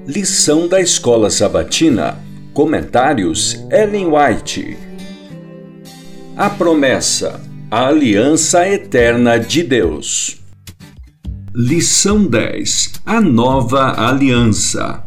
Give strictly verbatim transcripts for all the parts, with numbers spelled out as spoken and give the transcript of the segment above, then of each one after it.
Lição da Escola Sabatina. Comentários Ellen White. A promessa, a aliança eterna de Deus. Lição dez. A nova aliança.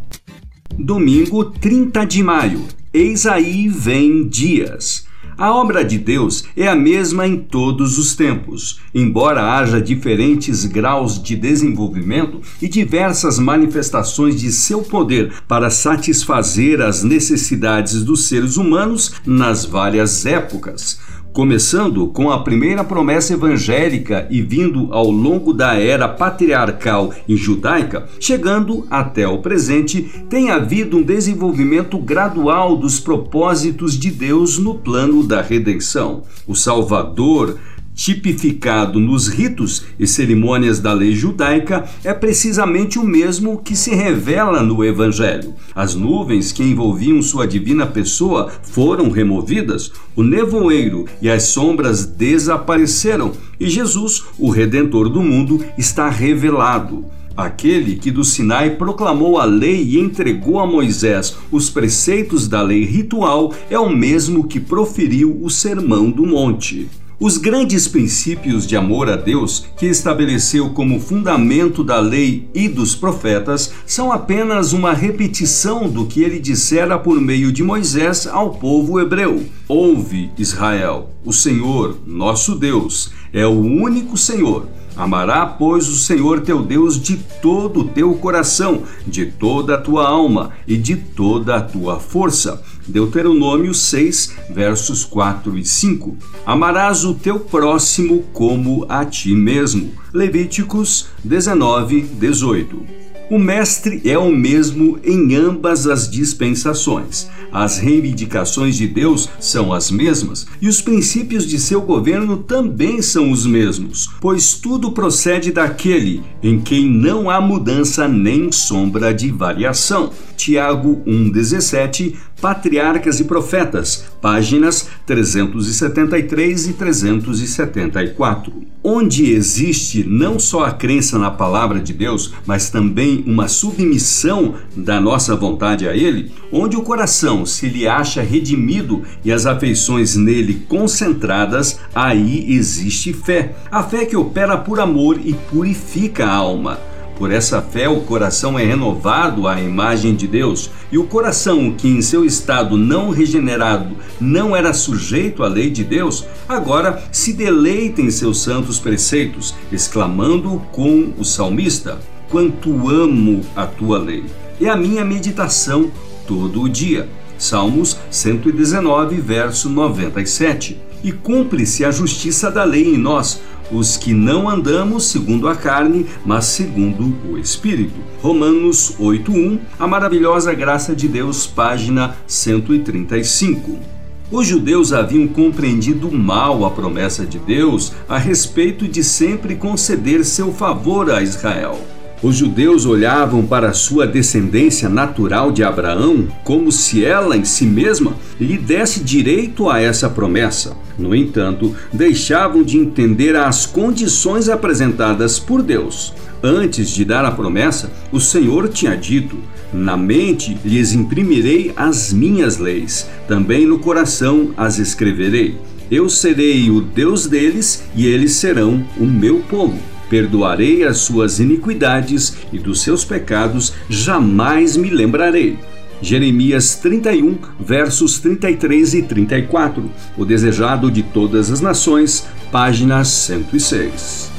Domingo trinta de maio. Eis aí vem dias. A obra de Deus é a mesma em todos os tempos, embora haja diferentes graus de desenvolvimento e diversas manifestações de seu poder para satisfazer as necessidades dos seres humanos nas várias épocas. Começando com a primeira promessa evangélica e vindo ao longo da era patriarcal e judaica, chegando até o presente, tem havido um desenvolvimento gradual dos propósitos de Deus no plano da redenção. O Salvador, tipificado nos ritos e cerimônias da lei judaica, é precisamente o mesmo que se revela no Evangelho. As nuvens que envolviam sua divina pessoa foram removidas, o nevoeiro e as sombras desapareceram, e Jesus, o Redentor do mundo, está revelado. Aquele que do Sinai proclamou a lei e entregou a Moisés os preceitos da lei ritual é o mesmo que proferiu o Sermão do Monte. Os grandes princípios de amor a Deus, que estabeleceu como fundamento da lei e dos profetas, são apenas uma repetição do que ele dissera por meio de Moisés ao povo hebreu. Ouve, Israel, o Senhor, nosso Deus, é o único Senhor. Amará, pois, o Senhor teu Deus de todo o teu coração, de toda a tua alma e de toda a tua força. Deuteronômio seis, versos quatro e cinco. Amarás o teu próximo como a ti mesmo. Levíticos dezenove, dezoito. O Mestre é o mesmo em ambas as dispensações. As reivindicações de Deus são as mesmas e os princípios de seu governo também são os mesmos, pois tudo procede daquele em quem não há mudança nem sombra de variação. Tiago um, dezessete, Patriarcas e Profetas, páginas trezentos e setenta e três e trezentos e setenta e quatro. Onde existe não só a crença na palavra de Deus, mas também uma submissão da nossa vontade a Ele, onde o coração se lhe acha redimido e as afeições nele concentradas, aí existe fé. A fé que opera por amor e purifica a alma. Por essa fé, o coração é renovado à imagem de Deus, e o coração que em seu estado não regenerado não era sujeito à lei de Deus, agora se deleita em seus santos preceitos, exclamando com o salmista: quanto amo a tua lei, é a minha meditação todo o dia. Salmos cento e dezenove, verso noventa e sete. E cumpre-se a justiça da lei em nós, os que não andamos segundo a carne, mas segundo o Espírito. Romanos oito, um, a maravilhosa graça de Deus, página cento e trinta e cinco. Os judeus haviam compreendido mal a promessa de Deus a respeito de sempre conceder seu favor a Israel. Os judeus olhavam para a sua descendência natural de Abraão como se ela em si mesma lhe desse direito a essa promessa. No entanto, deixavam de entender as condições apresentadas por Deus. Antes de dar a promessa, o Senhor tinha dito: na mente lhes imprimirei as minhas leis, também no coração as escreverei. Eu serei o Deus deles e eles serão o meu povo. Perdoarei as suas iniquidades e dos seus pecados jamais me lembrarei. Jeremias trinta e um, versos trinta e três e trinta e quatro. O desejado de todas as nações, página cento e seis.